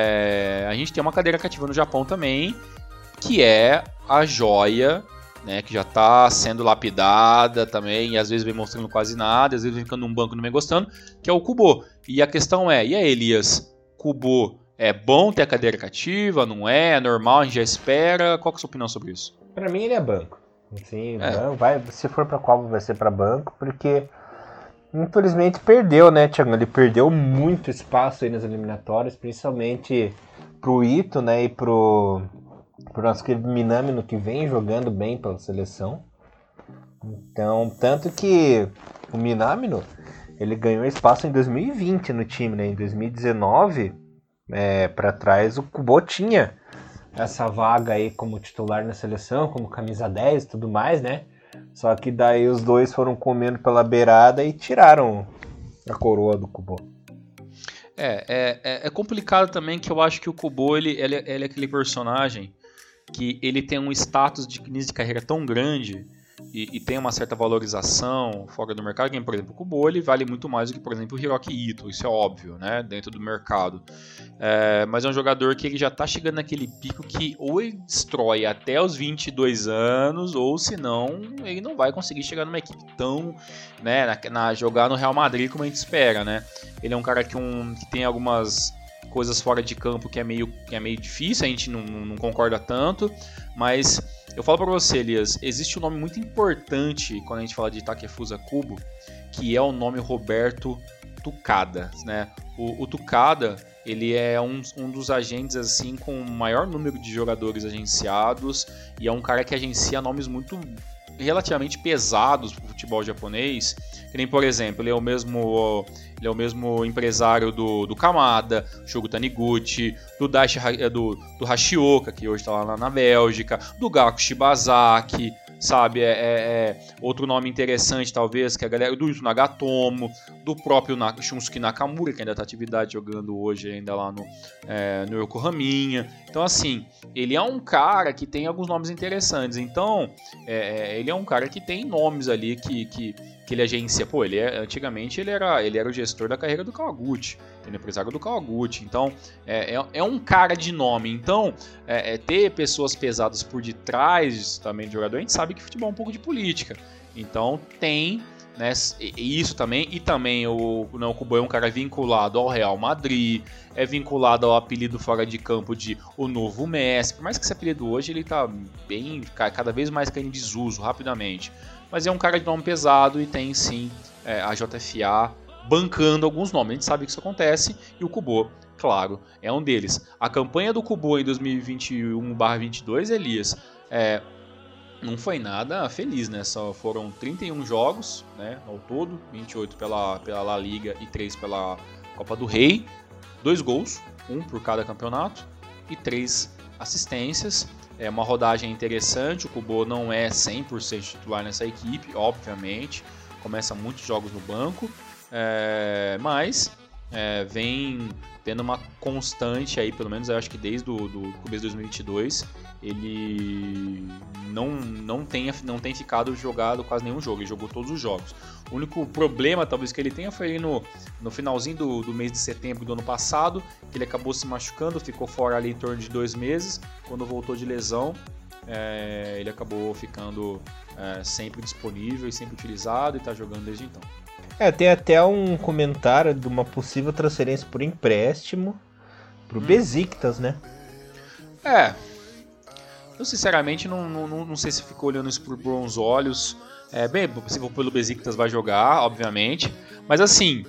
A gente tem uma cadeira cativa no Japão também, que é a joia, né, que já está sendo lapidada também, e às vezes vem mostrando quase nada, às vezes vem ficando num banco e não vem gostando, que é o Kubo. E a questão e aí, Elias, Kubo, é bom ter a cadeira cativa, não é? É normal, a gente já espera? Qual que é a sua opinião sobre isso? Pra mim ele é banco. Sim, se for pra Copa vai ser pra banco, porque infelizmente perdeu, né, Thiago? Ele perdeu muito espaço aí nas eliminatórias, principalmente pro Ito, né, e pro nosso querido Minamino, que vem jogando bem pela seleção. Então, tanto que o Minamino, ele ganhou espaço em 2020 no time, né? Em 2019, pra trás, o Kubo tinha essa vaga aí como titular na seleção, como camisa 10 e tudo mais, né? Só que daí os dois foram comendo pela beirada e tiraram a coroa do Kubo. É complicado também, que eu acho que o Kubo, ele é aquele personagem que ele tem um status de início de carreira tão grande e tem uma certa valorização fora do mercado, que, por exemplo, o Kubo, ele vale muito mais do que, por exemplo, o Hiroki Ito, isso é óbvio, né, dentro do mercado. Mas é um jogador que ele já está chegando naquele pico que ou ele destrói até os 22 anos, ou senão ele não vai conseguir chegar numa equipe tão, né, jogar no Real Madrid como a gente espera, né. Ele é um cara que tem algumas coisas fora de campo que é meio difícil, a gente não concorda tanto, mas eu falo pra você, Elias, existe um nome muito importante quando a gente fala de Takefusa Kubo, que é o nome Roberto Tukada, né? O Tukada, ele é um dos agentes assim com o maior número de jogadores agenciados, e é um cara que agencia nomes muito relativamente pesados para o futebol japonês, que nem, por exemplo, ele é o mesmo empresário do Kamada, Shogo Taniguchi, do Hashioka, que hoje está lá na Bélgica, do Gaku Shibazaki, sabe? Outro nome interessante, talvez, que a galera do Yuto Nagatomo, do próprio Shunsuke Nakamura, que ainda está em atividade jogando hoje ainda lá no Yokohaminha. Então, assim, ele é um cara que tem alguns nomes interessantes. Então, ele é um cara que tem nomes ali que ele agencia. Pô, antigamente ele era o gestor da carreira do Kawaguchi, ele é empresário do Kawaguchi. Então, é um cara de nome. Então, ter pessoas pesadas por detrás também do jogador, a gente sabe que futebol é um pouco de política. Então, tem, né, isso também. E também o Kubo é um cara vinculado ao Real Madrid, é vinculado ao apelido fora de campo de o novo Messi. Por mais que esse apelido hoje ele tá cada vez mais caindo em desuso rapidamente. Mas é um cara de nome pesado e tem sim a JFA bancando alguns nomes. A gente sabe que isso acontece e o Kubo, claro, é um deles. A campanha do Kubo em 2021/22, Elias, não foi nada feliz, né? Só foram 31 jogos, né, ao todo, 28 pela La Liga e 3 pela Copa do Rei. 2 gols, 1 por cada campeonato e 3 assistências. É uma rodagem interessante, o Kubo não é 100% titular nessa equipe, obviamente, começa muitos jogos no banco, mas vem tendo uma constante aí, pelo menos eu acho que desde o começo de 2022, ele não tem ficado jogado quase nenhum jogo, ele jogou todos os jogos. O único problema talvez que ele tenha foi ali no finalzinho do mês de setembro do ano passado, que ele acabou se machucando, ficou fora ali em torno de 2 meses, quando voltou de lesão, ele acabou ficando sempre disponível e sempre utilizado e está jogando desde então. Tem até um comentário de uma possível transferência por empréstimo pro Besiktas, né? Eu sinceramente não sei se ficou olhando isso por bons olhos. Bem, se for pelo Besiktas vai jogar, obviamente. Mas assim,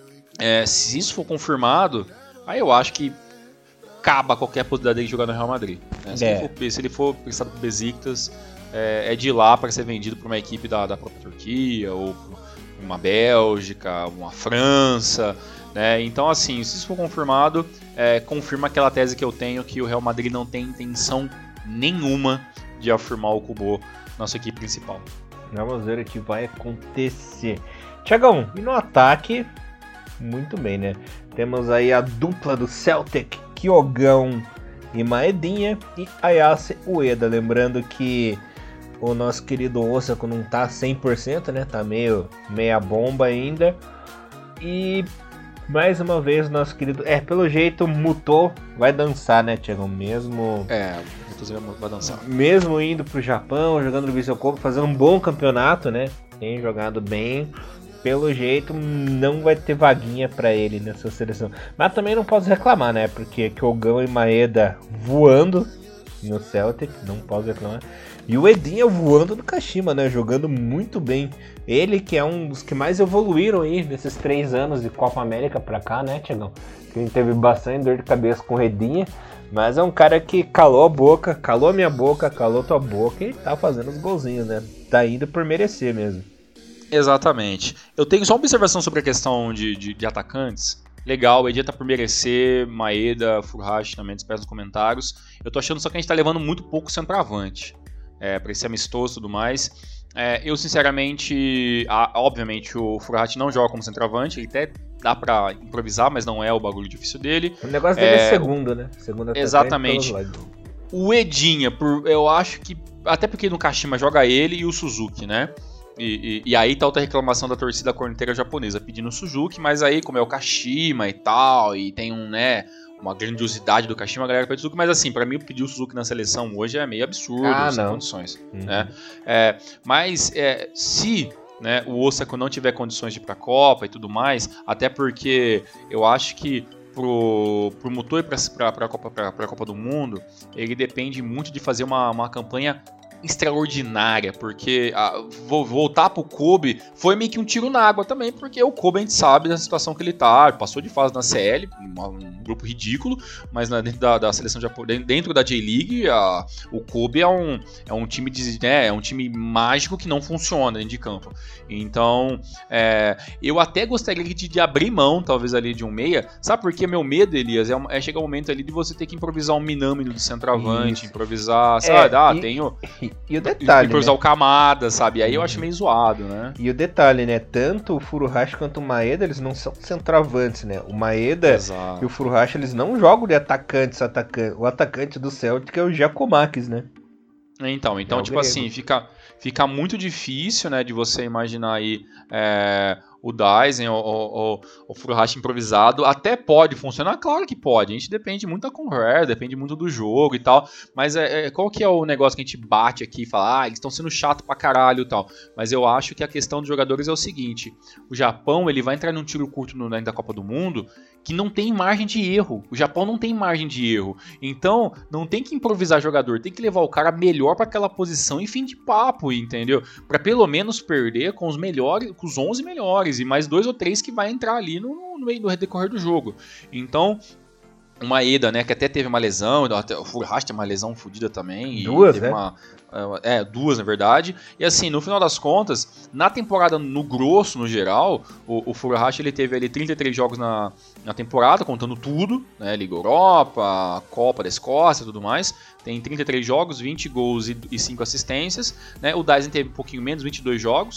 se isso for confirmado, aí eu acho que acaba qualquer possibilidade dele jogar no Real Madrid. Né? Se ele for prestado pro Besiktas, é de lá para ser vendido para uma equipe da própria Turquia ou uma Bélgica, uma França, né? Então assim, se isso for confirmado, confirma aquela tese que eu tenho, que o Real Madrid não tem intenção nenhuma de afirmar o Kubo na sua equipe principal. Vamos ver o que vai acontecer. Thiagão, e no ataque, muito bem, né? Temos aí a dupla do Celtic, Kyogão e Maedinha, e Ayase Ueda. Lembrando que o nosso querido Osako não tá 100%, né? Tá meia bomba ainda. E mais uma vez o nosso querido... pelo jeito Muto vai dançar, né, Thiago? Mesmo... vai dançar. Mesmo indo pro Japão, jogando no Vissel Kobe, fazendo um bom campeonato, né? Tem jogado bem. Pelo jeito não vai ter vaguinha pra ele nessa seleção. Mas também não posso reclamar, né? Porque Kyogão e Maeda voando no Celtic, não posso reclamar. E o Edinha voando no Kashima, né? Jogando muito bem. Ele que é um dos que mais evoluíram aí nesses 3 anos de Copa América pra cá, né, Thiagão? Que a gente teve bastante dor de cabeça com o Edinha. Mas é um cara que calou a boca, calou minha boca, calou tua boca e tá fazendo os golzinhos, né? Tá indo por merecer mesmo. Exatamente. Eu tenho só uma observação sobre a questão de atacantes. Legal, o Edinha tá por merecer, Maeda, Furuhashi também, despeço nos comentários. Eu tô achando só que a gente tá levando muito pouco centroavante pra esse amistoso e tudo mais. Eu sinceramente, obviamente o Furuhashi não joga como centroavante, ele até dá pra improvisar, mas não é o bagulho difícil dele. O negócio dele é segundo, né? Segundo exatamente. O Edinha, eu acho que, até porque no Kashima joga ele e o Suzuki, né? E aí tá outra reclamação da torcida corneteira japonesa, pedindo o Suzuki, mas aí como é o Kashima e tal, e tem uma grandiosidade do Kashima, a galera pede o Suzuki, mas assim, pra mim pedir o Suzuki na seleção hoje é meio absurdo, sem condições. Né? Mas se, né, o Osako não tiver condições de ir pra Copa e tudo mais, até porque eu acho que pro Muto ir pra Copa do Mundo, ele depende muito de fazer uma campanha extraordinária, porque voltar pro Kobe foi meio que um tiro na água também, porque o Kobe a gente sabe da situação que ele tá, passou de fase na CL, um grupo ridículo, mas dentro da seleção japonesa, dentro da J-League, o Kobe é um time é um time mágico que não funciona dentro de campo. Então, eu até gostaria de abrir mão, talvez ali de um meia, sabe por que meu medo, Elias, chegar o momento ali de você ter que improvisar um Minami do centroavante, improvisar, sabe, E o detalhe, improvisar o Kamada, sabe? E aí eu acho meio zoado, né? E o detalhe, né? Tanto o Furuhashi quanto o Maeda, eles não são centroavantes, né? O Maeda e o Furuhashi, eles não jogam de atacantes. O atacante do Celtic é o Giacomakis, né? Então tipo assim, fica muito difícil, né, de você imaginar aí o Daisen, o Furuhashi improvisado. Até pode funcionar, claro que pode. A gente depende muito da conversa, depende muito do jogo e tal. Mas qual que é o negócio que a gente bate aqui e fala, eles estão sendo chato pra caralho e tal. Mas eu acho que a questão dos jogadores é o seguinte: o Japão, ele vai entrar num tiro curto da Copa do Mundo que não tem margem de erro. O Japão não tem margem de erro. Então, não tem que improvisar jogador, tem que levar o cara melhor para aquela posição e fim de papo, entendeu? Para pelo menos perder com os melhores, com os 11 melhores e mais 2 ou 3 que vai entrar ali no meio do decorrer do jogo. Então, o Maeda, né, que até teve uma lesão, o Furuhashi tem uma lesão fodida também. Duas, né? Duas, na verdade. E assim, no final das contas, na temporada no grosso, no geral, o Furuhashi ele teve ali 33 jogos na temporada, contando tudo, né, Liga Europa, Copa da Escócia e tudo mais. Tem 33 jogos, 20 gols e 5 assistências. Né? O Daisen teve um pouquinho menos, 22 jogos.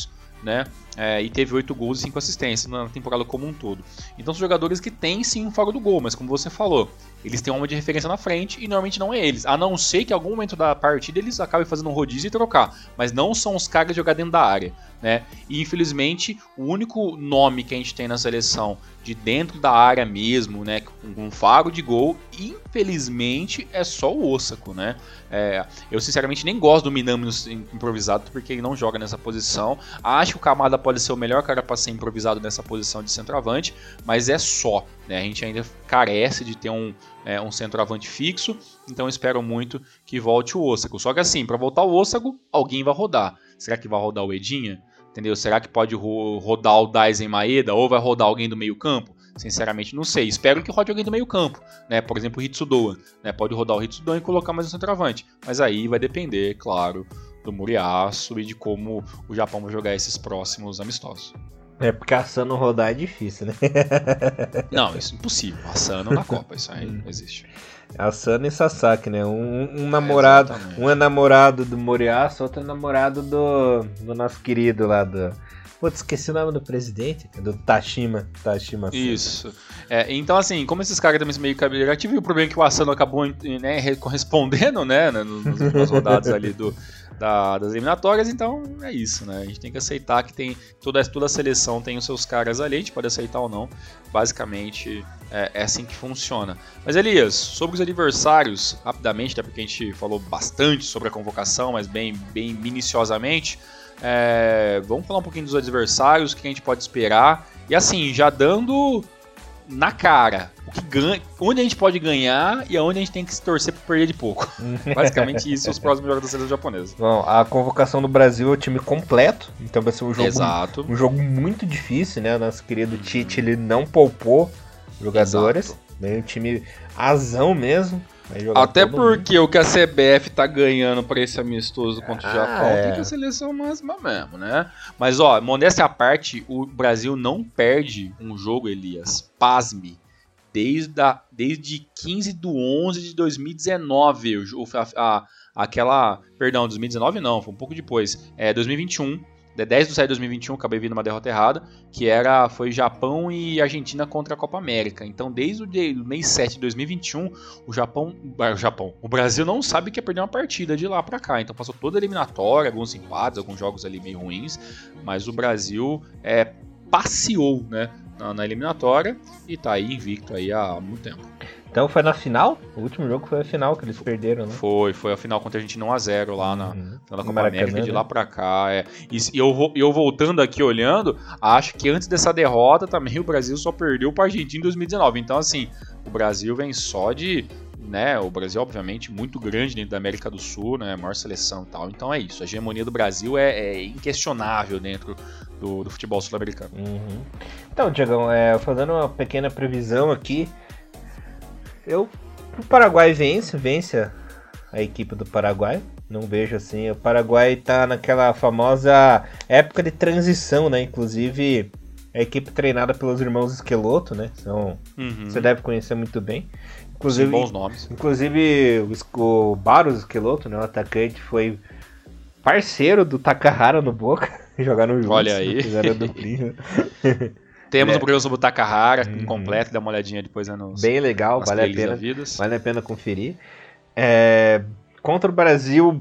né? E teve 8 gols e 5 assistências na temporada como um todo. Então são jogadores que têm sim um fora do gol, mas como você falou, eles têm uma de referência na frente e normalmente não é eles. A não ser que em algum momento da partida eles acabem fazendo um rodízio e trocar, mas não são os caras de jogar dentro da área, né? E infelizmente o único nome que a gente tem na seleção de dentro da área mesmo, né, com um faro de gol, infelizmente é só o Osako, né? Eu sinceramente nem gosto do Minami improvisado porque ele não joga nessa posição. Acho que o Kamada pode ser o melhor cara para ser improvisado nessa posição de centroavante, mas é só, né? A gente ainda carece de ter um centroavante fixo, então espero muito que volte o Osako. Só que assim, para voltar o Osako, alguém vai rodar. Será que vai rodar o Edinha? Entendeu? Será que pode rodar o Daisen Maeda ou vai rodar alguém do meio campo? Sinceramente não sei. Espero que rode alguém do meio campo, né? Por exemplo, o Hitsudoa, né? Pode rodar o Hitsudoa e colocar mais um centroavante. Mas aí vai depender, claro, do Muriaço e de como o Japão vai jogar esses próximos amistosos. Porque a Sano rodar é difícil, né? Não, isso é impossível. A Sano na Copa, isso aí não existe. A Sano e Sasaki, né? Um namorado, um é namorado do Moriaço, outro é namorado do nosso querido lá do... Putz, esqueci o nome do presidente, do Tashima. Isso. Então, assim, como esses caras também são meio cabeleiros, e o problema é que o Asano acabou, né, correspondendo, né, nas rodadas ali das eliminatórias, então é isso, né? A gente tem que aceitar que tem toda a seleção tem os seus caras ali, a gente pode aceitar ou não, basicamente é assim que funciona. Mas Elias, sobre os adversários, rapidamente, até porque a gente falou bastante sobre a convocação, mas bem minuciosamente, vamos falar um pouquinho dos adversários, o que a gente pode esperar, e assim, já dando na cara onde a gente pode ganhar e aonde a gente tem que se torcer para perder de pouco. Basicamente isso, os próximos jogos da seleção japonesa. Bom, a convocação do Brasil é o time completo, então vai ser um jogo, Exato. Um jogo muito difícil, né? O nosso querido Tite, ele não poupou jogadores, né? Um time azão mesmo. Até porque o que a CBF tá ganhando para esse amistoso contra o Japão tem que a seleção máxima mesmo, né? Mas ó, modéstia à parte, o Brasil não perde um jogo, Elias, pasme, desde 15/11/2019, perdão, 2019 não, foi um pouco depois, 2021, 10/7 de 2021, acabei vindo uma derrota errada, que foi Japão e Argentina contra a Copa América. Então, desde o mês 7 de 2021, o Brasil não sabe que é perder uma partida de lá pra cá. Então, passou toda a eliminatória, alguns empates, alguns jogos ali meio ruins, mas o Brasil passeou, né, na eliminatória e tá aí invicto aí há muito tempo. Então foi na final? O último jogo foi a final que eles perderam, né? Foi a final contra a Argentina 1x0 lá na Copa América, de lá pra cá. E eu voltando aqui olhando, acho que antes dessa derrota também o Brasil só perdeu pra Argentina em 2019. Então assim, o Brasil vem só de... né, o Brasil obviamente muito grande dentro da América do Sul, né, a maior seleção e tal. Então é isso, a hegemonia do Brasil é inquestionável dentro do futebol sul-americano. Então, Diegão, fazendo uma pequena previsão aqui, o Paraguai vence a equipe do Paraguai. Não vejo assim, o Paraguai tá naquela famosa época de transição, né? Inclusive a equipe treinada pelos irmãos Esqueloto, né? Você deve conhecer muito bem. Inclusive, sim, bons nomes. Inclusive o Barros Esqueloto, né? O atacante, foi parceiro do Takahara no Boca. Jogaram juntos. Olha aí. Fizeram duplinha. Temos um programa sobre o Takahara completo, dá uma olhadinha depois nos... Bem legal, vale a pena conferir. Contra o Brasil,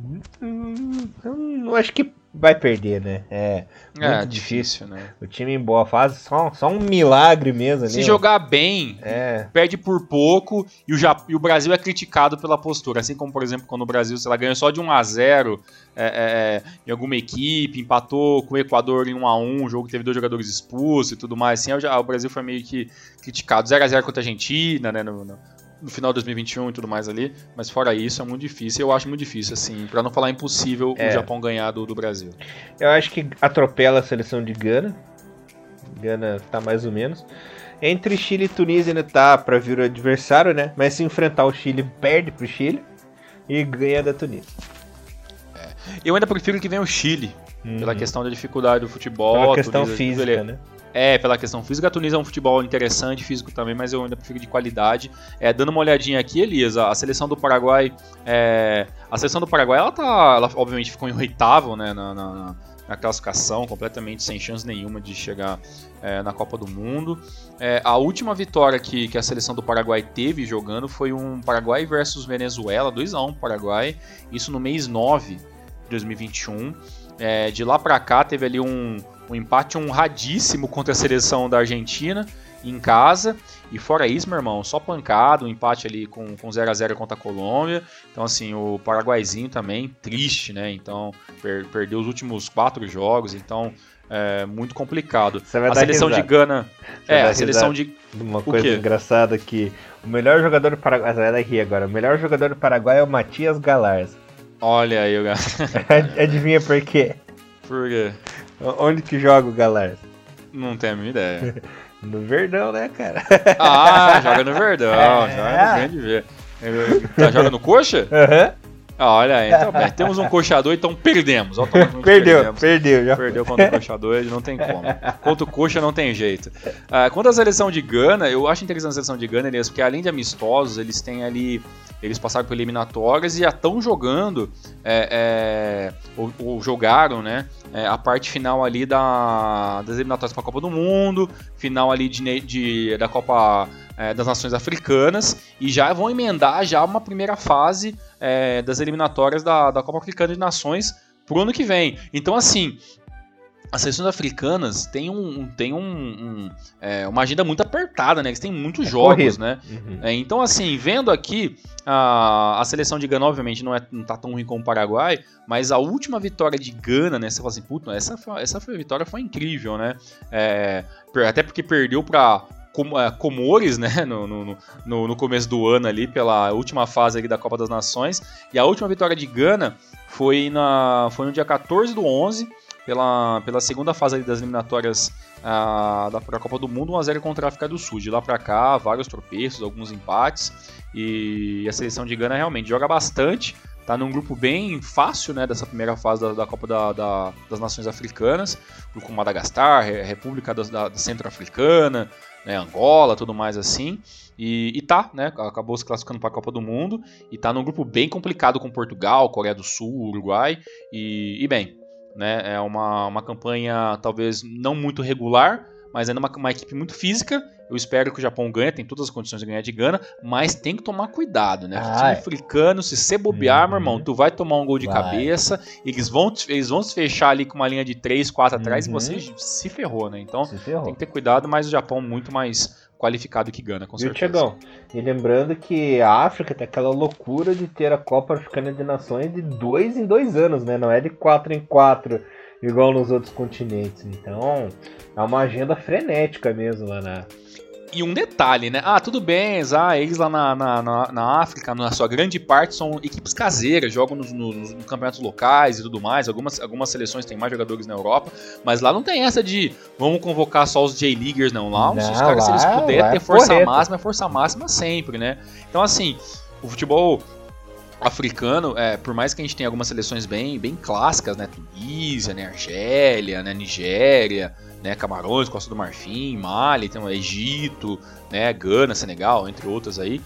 eu acho que vai perder, né? Muito difícil, né? O time em boa fase, só um milagre mesmo. Se jogar bem, perde por pouco e o Brasil é criticado pela postura. Assim como, por exemplo, quando o Brasil ganhou só de 1x0 em alguma equipe, empatou com o Equador em 1x1, um jogo que teve 2 jogadores expulsos e tudo mais. Assim, o Brasil foi meio que criticado. 0x0 contra a Argentina, né? No final de 2021 e tudo mais ali, mas fora isso é muito difícil, eu acho muito difícil, assim, pra não falar impossível o Japão ganhar do Brasil. Eu acho que atropela a seleção de Gana tá mais ou menos. Entre Chile e Tunísia ainda tá pra vir o adversário, né, mas se enfrentar o Chile, perde pro Chile e ganha da Tunísia. Eu ainda prefiro que venha o Chile, pela questão da dificuldade do futebol. Pela questão física, né? Pela questão física, a Tunísia é um futebol interessante, físico também, mas eu ainda prefiro de qualidade. Dando uma olhadinha aqui, Elias, a seleção do Paraguai, ela obviamente ficou em 8º, né, na classificação, completamente sem chance nenhuma de chegar na Copa do Mundo. A última vitória que a seleção do Paraguai teve jogando foi um Paraguai versus Venezuela, 2-1 Paraguai, isso no mês 9 de 2021. De lá para cá teve ali um empate honradíssimo contra a seleção da Argentina em casa, e fora isso, meu irmão, só pancada, um empate ali com 0-0 contra a Colômbia. Então assim, o paraguaizinho também triste, né? Então perdeu os últimos 4 jogos, então muito complicado. A seleção de Gana a seleção de uma coisa engraçada que o melhor jogador do Paraguai, vai daqui agora, o melhor jogador do Paraguai é o Matias Galarza. Olha aí, o Adivinha por quê? Por quê? Onde que joga o Galarza? Não tenho a minha ideia. No Verdão, né, cara? Joga no Verdão, joga no Grande V. Joga no Coxa? Aham. Olha aí, então bem, temos um Coxa 2, então perdemos. Perdeu contra o Coxa 2, não tem como. Contra o Coxa não tem jeito. Quanto à seleção de Gana, eu acho interessante a seleção de Gana, porque além de amistosos, eles têm ali, eles passaram por eliminatórias e já estão jogando, ou jogaram, né, a parte final ali das eliminatórias para a Copa do Mundo, final ali da Copa das Nações Africanas, e já vão emendar já uma primeira fase das eliminatórias da Copa Africana de Nações pro ano que vem. Então, assim, as seleções africanas têm uma agenda muito apertada, né? Eles têm muitos jogos, né? Uhum. Então, assim, vendo aqui, a seleção de Gana, obviamente, não tá tão ruim como o Paraguai, mas a última vitória de Gana, né? Você fala assim, puta, essa vitória foi incrível, né? Até porque perdeu para Comores, né, no começo do ano ali, pela última fase ali da Copa das Nações, e a última vitória de Gana foi no dia 14/11, pela segunda fase ali das eliminatórias da Copa do Mundo, 1-0 contra a África do Sul. De lá pra cá, vários tropeços, alguns empates, e a seleção de Gana realmente joga bastante, tá num grupo bem fácil, né, dessa primeira fase da Copa das Nações Africanas, com Madagascar, República da Centro-Africana, né, Angola, tudo mais assim, e tá, né, acabou se classificando para a Copa do Mundo, e tá num grupo bem complicado com Portugal, Coreia do Sul, Uruguai, e bem, né, é uma campanha talvez não muito regular, mas ainda uma equipe muito física. Eu espero que o Japão ganhe, tem todas as condições de ganhar de Gana, mas tem que tomar cuidado, né? O time africano, se você bobear, meu irmão, tu vai tomar um gol de cabeça, eles vão se fechar ali com uma linha de 3, 4 atrás, e você se ferrou, né? Então tem que ter cuidado, mas o Japão muito mais qualificado que Gana, com certeza. Tiagão, e lembrando que a África tem aquela loucura de ter a Copa Africana de Nações de 2 em 2 anos, né? Não é de 4 em 4, igual nos outros continentes. Então, é uma agenda frenética mesmo lá na... E um detalhe, né? Tudo bem, eles lá na África, na sua grande parte, são equipes caseiras, jogam nos campeonatos locais e tudo mais. Algumas seleções têm mais jogadores na Europa, mas lá não tem essa de vamos convocar só os J-Leaguers, não. Lá, os caras, se eles puderem ter força máxima, é força máxima sempre, né? Então, assim, o futebol africano, por mais que a gente tenha algumas seleções bem clássicas, né? Tunísia, né? Argélia, né? Nigéria, né, Camarões, Costa do Marfim, Mali, tem o Egito, né, Gana, Senegal, entre outras aí.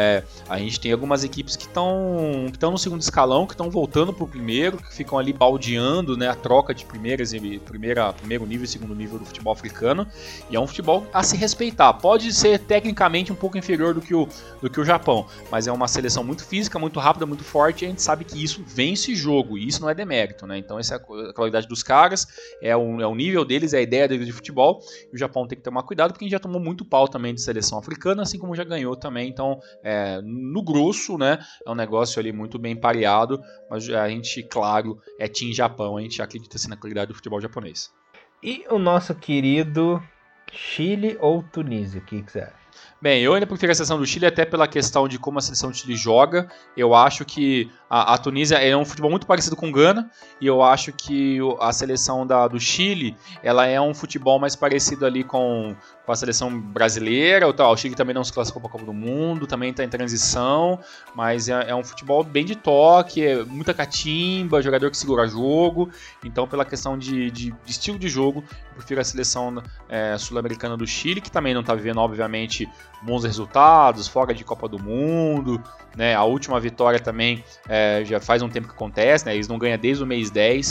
A gente tem algumas equipes que estão no segundo escalão, que estão voltando para o primeiro, que ficam ali baldeando, né, a troca de primeiro nível e segundo nível do futebol africano. E é um futebol a se respeitar. Pode ser tecnicamente um pouco inferior do que o Japão, mas é uma seleção muito física, muito rápida, muito forte, e a gente sabe que isso vence jogo, e isso não é demérito, né? Então essa é a qualidade dos caras, é o nível deles, é a ideia deles de futebol, e o Japão tem que tomar cuidado, porque a gente já tomou muito pau também de seleção africana, assim como já ganhou também, então no grosso, né, é um negócio ali muito bem pareado, mas a gente, claro, é Team Japão, a gente acredita assim na qualidade do futebol japonês. E o nosso querido Chile ou Tunísia, o que você acha? Bem, eu ainda prefiro a seleção do Chile, até pela questão de como a seleção do Chile joga. Eu acho que a Tunísia é um futebol muito parecido com o Gana, e eu acho que a seleção do Chile, ela é um futebol mais parecido ali com a seleção brasileira. O Chile também não se classificou para a Copa do Mundo, também está em transição, mas é um futebol bem de toque, muita catimba, jogador que segura jogo. Então, pela questão de estilo de jogo, eu prefiro a seleção sul-americana do Chile, que também não está vivendo, obviamente, bons resultados, fora de Copa do Mundo, né? A última vitória também já faz um tempo que acontece, né? Eles não ganham desde o mês 10, que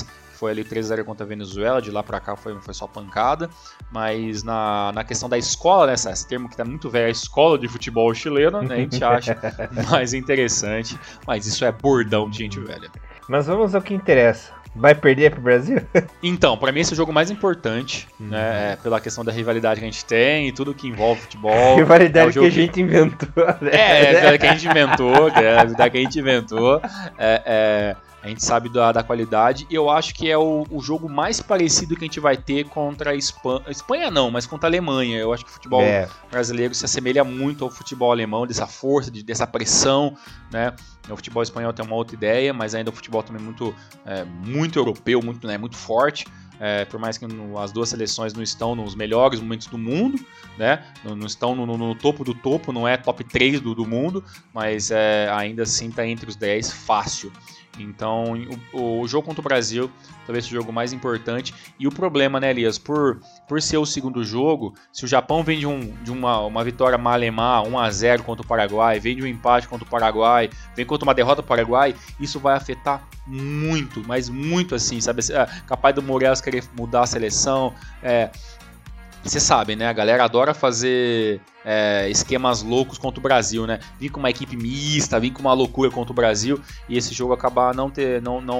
foi ali 3-0 contra a Venezuela, de lá pra cá foi só pancada, mas na questão da escola, né, esse termo que tá muito velho, a escola de futebol chilena, né, a gente acha mais interessante, mas isso é bordão de gente velha. Mas vamos ao que interessa. Vai perder pro Brasil? Então, pra mim esse é o jogo mais importante, né, pela questão da rivalidade que a gente tem e tudo que envolve futebol. Rivalidade que a gente inventou. Né? Que a gente inventou, que a gente inventou. A gente sabe da qualidade e eu acho que é o jogo mais parecido que a gente vai ter contra a Espanha. Espanha não, mas contra a Alemanha. Eu acho que o futebol brasileiro se assemelha muito ao futebol alemão, dessa força, dessa pressão, né? O futebol espanhol tem uma outra ideia, mas ainda o futebol também muito europeu, muito forte. Por mais que as duas seleções não estão nos melhores momentos do mundo, né? Não estão no topo do topo, não é top 3 do mundo, mas ainda assim está entre os 10 fácil. Então, o jogo contra o Brasil talvez seja o jogo mais importante. E o problema, né, Elias, por ser o segundo jogo, se o Japão vem de uma vitória malemar, 1-0 contra o Paraguai, vem de um empate contra o Paraguai, vem contra uma derrota do Paraguai, isso vai afetar muito, mas muito assim, sabe? Capaz do Morelos querer mudar a seleção. Você sabe, né? A galera adora fazer esquemas loucos contra o Brasil, né? Vir com uma equipe mista, vir com uma loucura contra o Brasil e esse jogo acabar não ter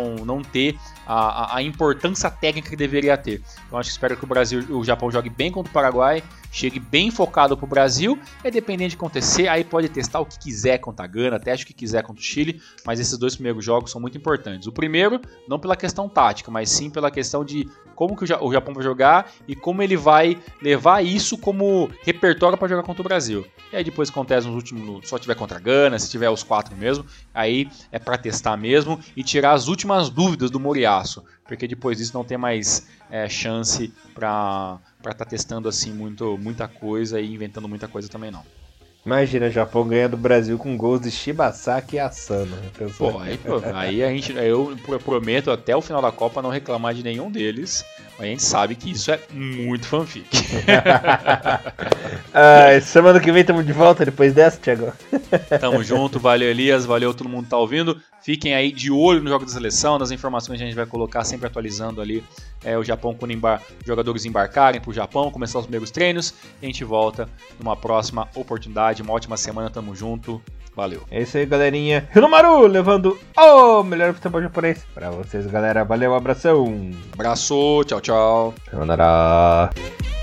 a importância técnica que deveria ter. Então acho que espero que o Japão jogue bem contra o Paraguai, chegue bem focado pro Brasil, dependente de acontecer, aí pode testar o que quiser contra a Gana, teste o que quiser contra o Chile, mas esses dois primeiros jogos são muito importantes. O primeiro, não pela questão tática, mas sim pela questão de como que o Japão vai jogar e como ele vai levar isso como repertório para jogar contra o Brasil. E aí depois acontece nos últimos, só tiver contra a Gana, se tiver os 4 mesmo, aí é para testar mesmo e tirar as últimas dúvidas do Moriaço, porque depois disso não tem mais chance para estar testando assim muita coisa e inventando muita coisa também não. Imagina o Japão ganhando do Brasil com gols de Shibasaki e Asano. Aí eu prometo até o final da Copa não reclamar de nenhum deles. Mas a gente sabe que isso é muito fanfic. Semana que vem estamos de volta depois dessa, Thiago. Tamo junto, valeu Elias, valeu todo mundo que tá ouvindo. Fiquem aí de olho no jogo da seleção, nas informações que a gente vai colocar, sempre atualizando ali o Japão quando jogadores embarcarem pro Japão, começar os primeiros treinos. E a gente volta numa próxima oportunidade. Uma ótima semana, tamo junto. Valeu. É isso aí, galerinha. Hiromaru levando o melhor futebol japonês pra vocês, galera. Valeu, abração. Abraço, tchau, tchau. Sayonara.